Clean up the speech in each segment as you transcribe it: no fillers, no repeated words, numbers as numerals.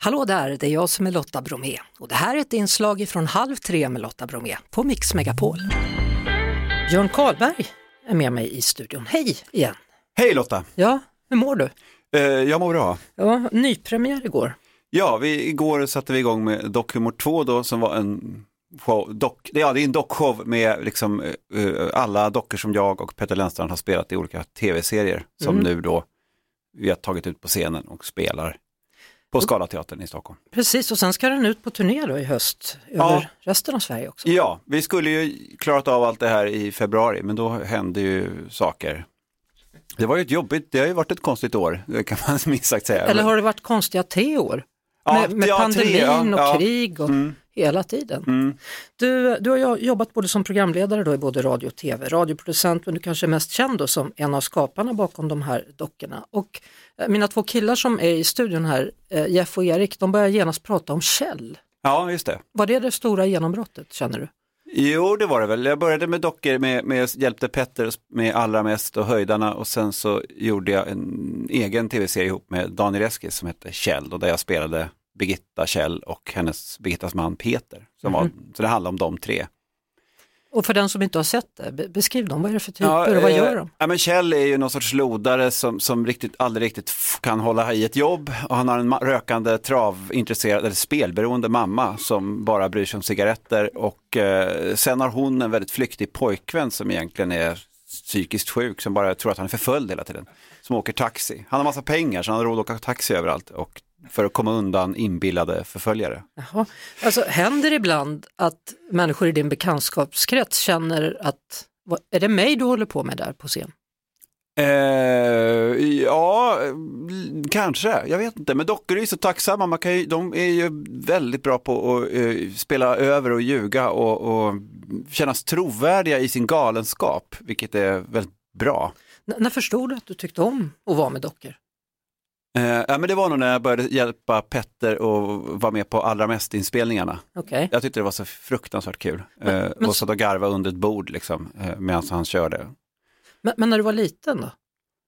Hallå där, det är jag som är Lotta Bromé och det här är ett inslag från 2:30 med Lotta Bromé på Mix Megapol. Björn Karlberg är med mig i studion. Hej igen. Hej Lotta. Ja, hur mår du? Jag mår bra. Ja, nypremiär igår. Ja, igår satte vi igång med Dockhumor 2 då, som var en show, det är en dockshow med liksom, alla dockor som jag och Peter Lennstrand har spelat i olika tv-serier som nu då vi har tagit ut på scenen och spelar på Scalateatern i Stockholm. Precis, och sen ska den ut på turné då i höst över resten av Sverige också. Ja, vi skulle ju klarat av allt det här i februari, men då hände ju saker. Det var ju det har ju varit ett konstigt år, kan man minst sagt säga. Eller har det varit konstiga 3 år? Med pandemin och krig och hela tiden. Du har jobbat både som programledare då i både radio och tv, radioproducent, men du kanske är mest känd då som en av skaparna bakom de här dockorna. Och mina 2 killar som är i studion här, Jeff och Erik, de börjar genast prata om Kjell. Ja, just det. Var det stora genombrottet, känner du? Jo, det var det väl. Jag började med dockor, med hjälpte Petter med Allra mest och Höjdarna, och sen så gjorde jag en egen tv-serie ihop med Daniel Eskis som hette Kjell, och där jag spelade Birgitta Kjell och Birgittas man Peter. Så det handlar om de 3. Och för den som inte har sett det, beskriv dem. Vad är det för typer och vad gör de? Ja, men Kjell är ju någon sorts lodare som aldrig riktigt kan hålla i ett jobb. Och han har en rökande, travintresserad eller spelberoende mamma som bara bryr sig om cigaretter. Och sen har hon en väldigt flyktig pojkvän som egentligen är psykiskt sjuk, som bara tror att han är förföljd hela tiden. Som åker taxi. Han har massa pengar så han har råd att åka taxi överallt och för att komma undan inbillade förföljare. Jaha. Alltså, händer det ibland att människor i din bekantskapskrets känner att, är det mig du håller på med där på scen? Ja, kanske. Jag vet inte. Men dockor är ju så tacksamma. De är ju väldigt bra på att spela över och ljuga och kännas trovärdiga i sin galenskap, vilket är väldigt bra. När förstod du att du tyckte om att vara med dockor? Ja, men det var nog när jag började hjälpa Petter och vara med på Allra mest inspelningarna. Okay. Jag tyckte det var så fruktansvärt kul. Och så att garva under ett bord liksom, medan han körde. Men när du var liten då?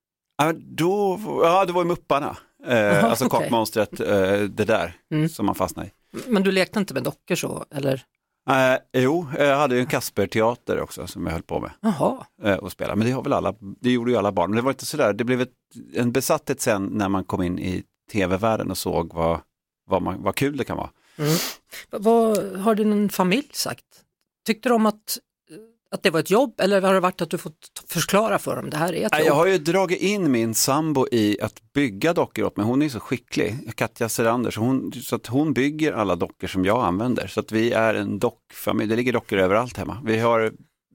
Det var ju Mupparna. Alltså kockmonstret, det där som man fastnade i. Men du lekte inte med dockor så, eller? Jo, jag hade ju en Kasper-teater också som jag höll på med. Och spela. Men det gjorde ju alla barn. Men det var inte sådär, det blev en besatthet sen när man kom in i tv-världen och såg vad kul det kan vara. Vad har din familj sagt? Tyckte de att det var ett jobb, eller har det varit att du fått förklara för dem det här är ett jobb? Jag har ju dragit in min sambo i att bygga dockor åt mig. Hon är så skicklig, Katja Serander, så att hon bygger alla dockor som jag använder. Så att vi är en dockfamilj, det ligger dockor överallt hemma. Vi har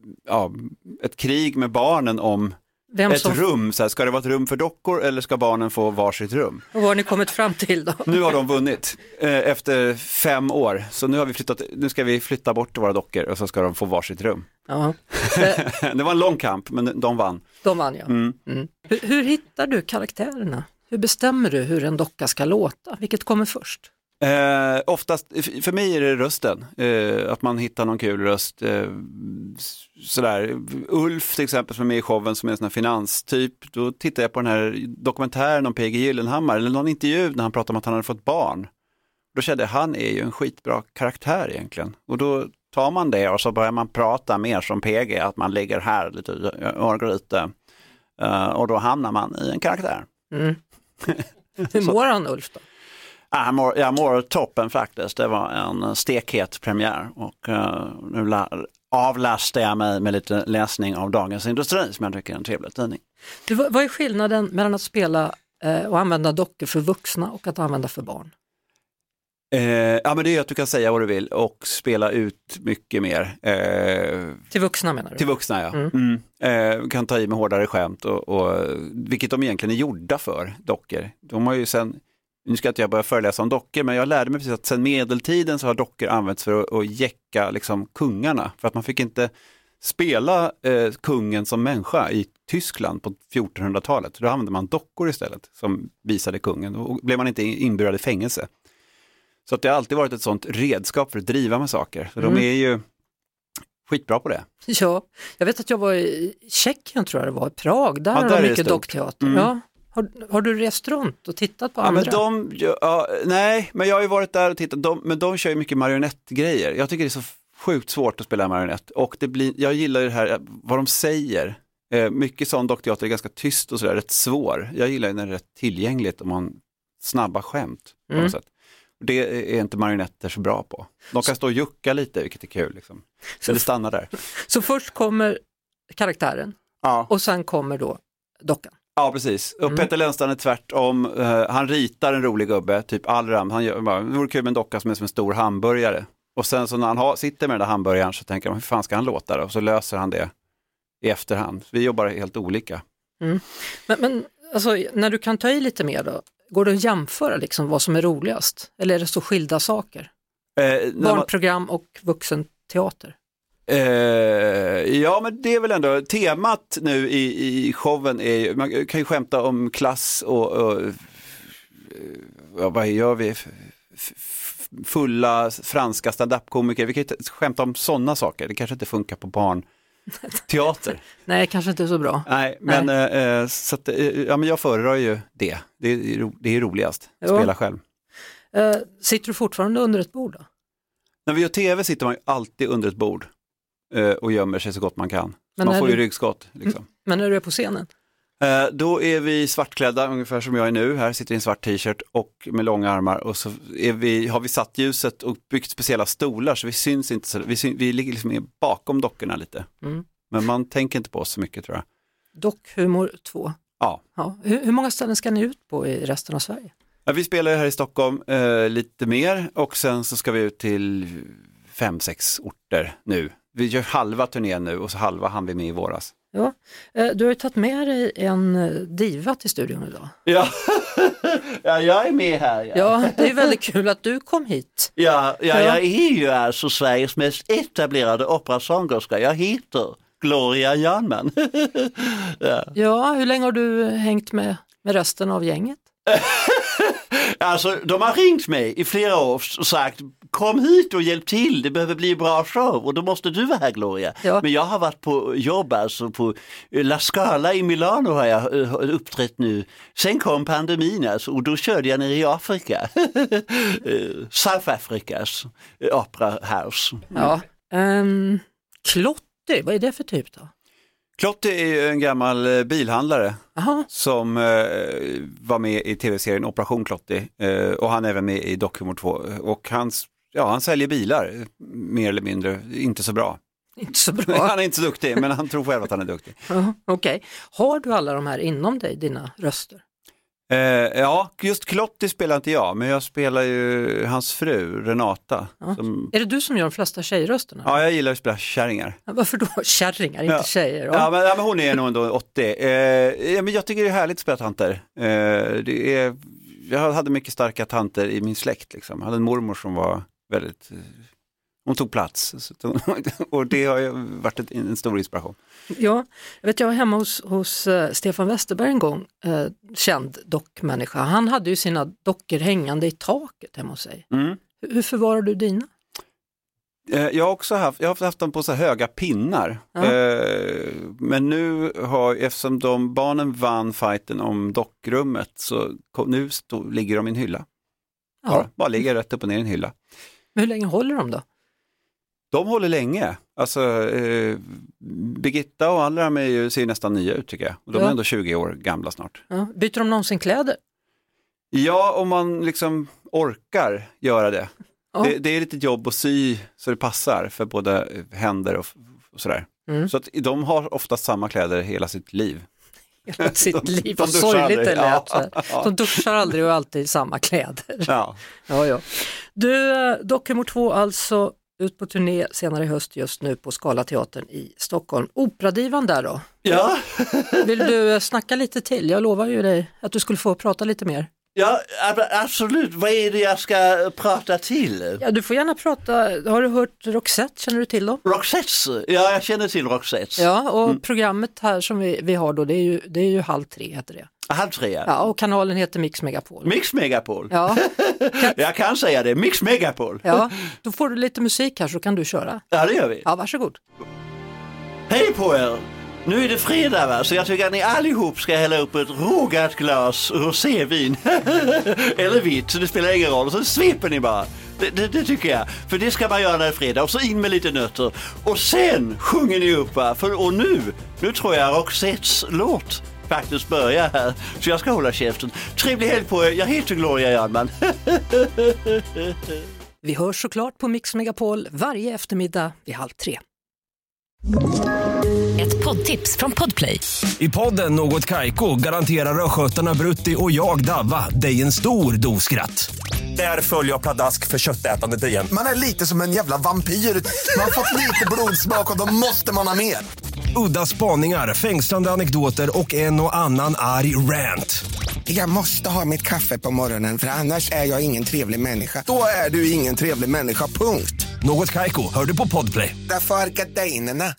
ett krig med barnen om rum. Så här, ska det vara ett rum för dockor eller ska barnen få varsitt rum? Och vad har ni kommit fram till då? Nu har de vunnit efter 5 år. Så nu ska vi flytta bort våra dockor och så ska de få varsitt rum. Ja. Det var en lång kamp, men de vann. De vann, ja. Hur hittar du karaktärerna? Hur bestämmer du hur en docka ska låta? Vilket kommer först? Oftast, för mig är det rösten. Att man hittar någon kul röst. Sådär. Ulf till exempel som är med i showen, som är en sån här finanstyp. Då tittar jag på den här dokumentären om P.G. Gyllenhammar, eller någon intervju när han pratar om att han hade fått barn. Då kände jag, han är ju en skitbra karaktär egentligen. Och då tar man det och så börjar man prata mer som PG, att man ligger här lite örgryte. Och då hamnar man i en karaktär. Hur mår han, Ulf då? Jag mår toppen faktiskt. Det var en stekhet premiär och nu avlastar jag mig med lite läsning av Dagens Industri som jag tycker är en trevlig tidning. Vad är skillnaden mellan att spela och använda dockor för vuxna och att använda för barn? Men det är att du kan säga vad du vill och spela ut mycket mer. Till vuxna menar du? Till vuxna, ja. Kan ta i med hårdare skämt och vilket de egentligen är gjorda för, dockor. De har ju sen, nu ska inte jag börja föreläsa om dockor, men jag lärde mig precis att sen medeltiden så har dockor använts för att jäcka liksom kungarna. För att man fick inte spela kungen som människa i Tyskland på 1400-talet. Då använde man dockor istället som visade kungen. Och blev man inte inburad i fängelse. Så att det har alltid varit ett sånt redskap för att driva med saker. Så de är ju skitbra på det. Ja, jag vet att jag var i Tjeckien, tror jag det var, i Prag. Där har de mycket dockteater. Ja. Har du rest runt och tittat på andra? Nej, men jag har ju varit där och tittat. Men de kör ju mycket marionettgrejer. Jag tycker det är så sjukt svårt att spela marionett. Och jag gillar ju det här, vad de säger. Mycket sån dockteater är ganska tyst och sådär, rätt svår. Jag gillar när det är rätt tillgängligt om man snabba skämt på något sätt. Det är inte marionetter så bra på. De kan stå och jucka lite, vilket är kul. Liksom. Så det stannar där. Så först kommer karaktären och sen kommer då dockan. Ja, precis. Och Peter Lennstrand är tvärtom. Han ritar en rolig gubbe, typ Allram. Det vore kul med en docka som är som en stor hamburgare. Och sen så när han sitter med den där hamburgaren så tänker man, hur fan ska han låta det? Och så löser han det i efterhand. Vi jobbar helt olika. Men alltså, när du kan ta i lite mer då, går det att jämföra liksom vad som är roligast? Eller är det så skilda saker? Barnprogram och vuxenteater? Ja, men det är väl ändå temat nu i showen är, man kan ju skämta om klass och vad gör vi? Fulla franska stand-up-komiker. Vi kan ju skämta om sådana saker. Det kanske inte funkar på barnteater. Nej, kanske inte så bra. Nej, men, så att, men jag föredrar ju det. Det är roligast att spela själv. Sitter du fortfarande under ett bord då? När vi gör tv sitter man ju alltid under ett bord och gömmer sig så gott man kan. Men man får ju ryggskott. Liksom. Men när du är på scenen? Då är vi svartklädda, ungefär som jag är nu. Här sitter i en svart t-shirt och med långa armar. Och så har vi satt ljuset och byggt speciella stolar så vi syns inte så. Vi ligger liksom bakom dockorna lite. Men man tänker inte på oss så mycket, tror jag. Dockhumor 2? Ja. Hur många ställen ska ni ut på i resten av Sverige? Ja, vi spelar här i Stockholm lite mer och sen så ska vi ut till 5-6 orter nu. Vi gör halva turnén nu och så halva hann vi med i våras. Ja, du har ju tagit med dig en diva till studion idag. Ja, ja, jag är med här. Ja, det är väldigt kul att du kom hit. Ja, jag är ju alltså Sveriges mest etablerade operasångerska. Jag heter Gloria Janman. Ja, hur länge har du hängt med resten av gänget? Alltså, de har ringt mig i flera år och sagt, kom hit och hjälp till, det behöver bli bra show och då måste du vara här, Gloria. Ja. Men jag har varit på jobb, alltså på La Scala i Milano har jag uppträtt nu. Sen kom pandemin alltså, och då körde jag nere i Afrika. South Africas Opera House. Ja. Klotter, vad är det för typ då? Klotter är ju en gammal bilhandlare. Aha. Som var med i tv-serien Operation Klotter och han är även med i Dockhumor 2 och han säljer bilar mer eller mindre, inte så bra. Inte så bra. Han är inte så duktig, men han tror själv att han är duktig. Okej. Har du alla de här inom dig, dina röster? Ja, just Klotter spelar inte jag, men jag spelar ju hans fru, Renata. Ja. Är det du som gör de flesta tjejrösterna? Ja, jag gillar att spela kärringar. Varför då kärringar, inte tjejer? Ja, men hon är nog ändå 80. Men jag tycker det är härligt att spela tanter. Jag hade mycket starka tanter i min släkt. Liksom. Jag hade en mormor som var väldigt... Hon tog plats och det har ju varit en stor inspiration. Ja, jag var hemma hos Stefan Westerberg en gång, känd dockmänniska. Han hade ju sina dockor hängande i taket hemma hos sig. Hur förvarar du dina? Jag har haft dem på så höga pinnar. Men nu eftersom barnen vann fighten om dockrummet så nu ligger de i en hylla. Ja. Bara ligger rätt upp och ner i en hylla. Men hur länge håller de då? De håller länge. Alltså, Birgitta och alla de ser nästan nya ut, tycker jag. Och de är ändå 20 år gamla snart. Ja. Byter de någonsin kläder? Ja, om man liksom orkar göra det. Ja. Det är lite jobb att sy så det passar för både händer och sådär. Så att de har ofta samma kläder hela sitt liv. Hela sitt liv, vad sorgligt det lät. De duschar aldrig och alltid samma kläder. Ja. Du, Dockhumor 2 alltså ut på turné senare i höst just nu på Scalateatern i Stockholm. Operadivan där då? Ja. Vill du snacka lite till? Jag lovar ju dig att du skulle få prata lite mer. Ja, absolut. Vad är det jag ska prata till? Ja, du får gärna prata. Har du hört Roxette? Känner du till dem? Roxette? Ja, jag känner till Roxette. Ja, och programmet här som vi har då, det är ju 2:30 heter det. 2:30? Ja, och kanalen heter Mix Megapol. Mix Megapol? Ja. Jag kan säga det, Mix Megapol. Ja, då får du lite musik här så kan du köra. Ja, det gör vi. Ja, varsågod. Hej på er! Nu är det fredag, va? Så jag tycker att ni allihop ska hälla upp ett rågat glas rosévin. Eller vitt, så det spelar ingen roll. Så sveper ni bara. Det tycker jag. För det ska man göra när det är fredag. Och så in med lite nötter. Och sen sjunger ni upp, va? Och nu tror jag Roxettes låt faktiskt börjar här. Så jag ska hålla käften. Trevlig helg på er. Jag heter Gloria Jarman. Vi hörs såklart på Mix Megapol varje eftermiddag vid 2:30. Ett poddtips från Podplay. I podden Något Kaiko garanterar röskötarna Brutti och jag Davva dig en stor doskratt. Där följer jag pladask för köttätandet igen. Man är lite som en jävla vampyr. Man har fått lite blodsmak och då måste man ha mer. Udda spaningar, fängslande anekdoter och en och annan arg rant. Jag måste ha mitt kaffe på morgonen för annars är jag ingen trevlig människa. Då är du ingen trevlig människa, punkt. Något Kaiko, hör du på Podplay. Därför är gardinerna.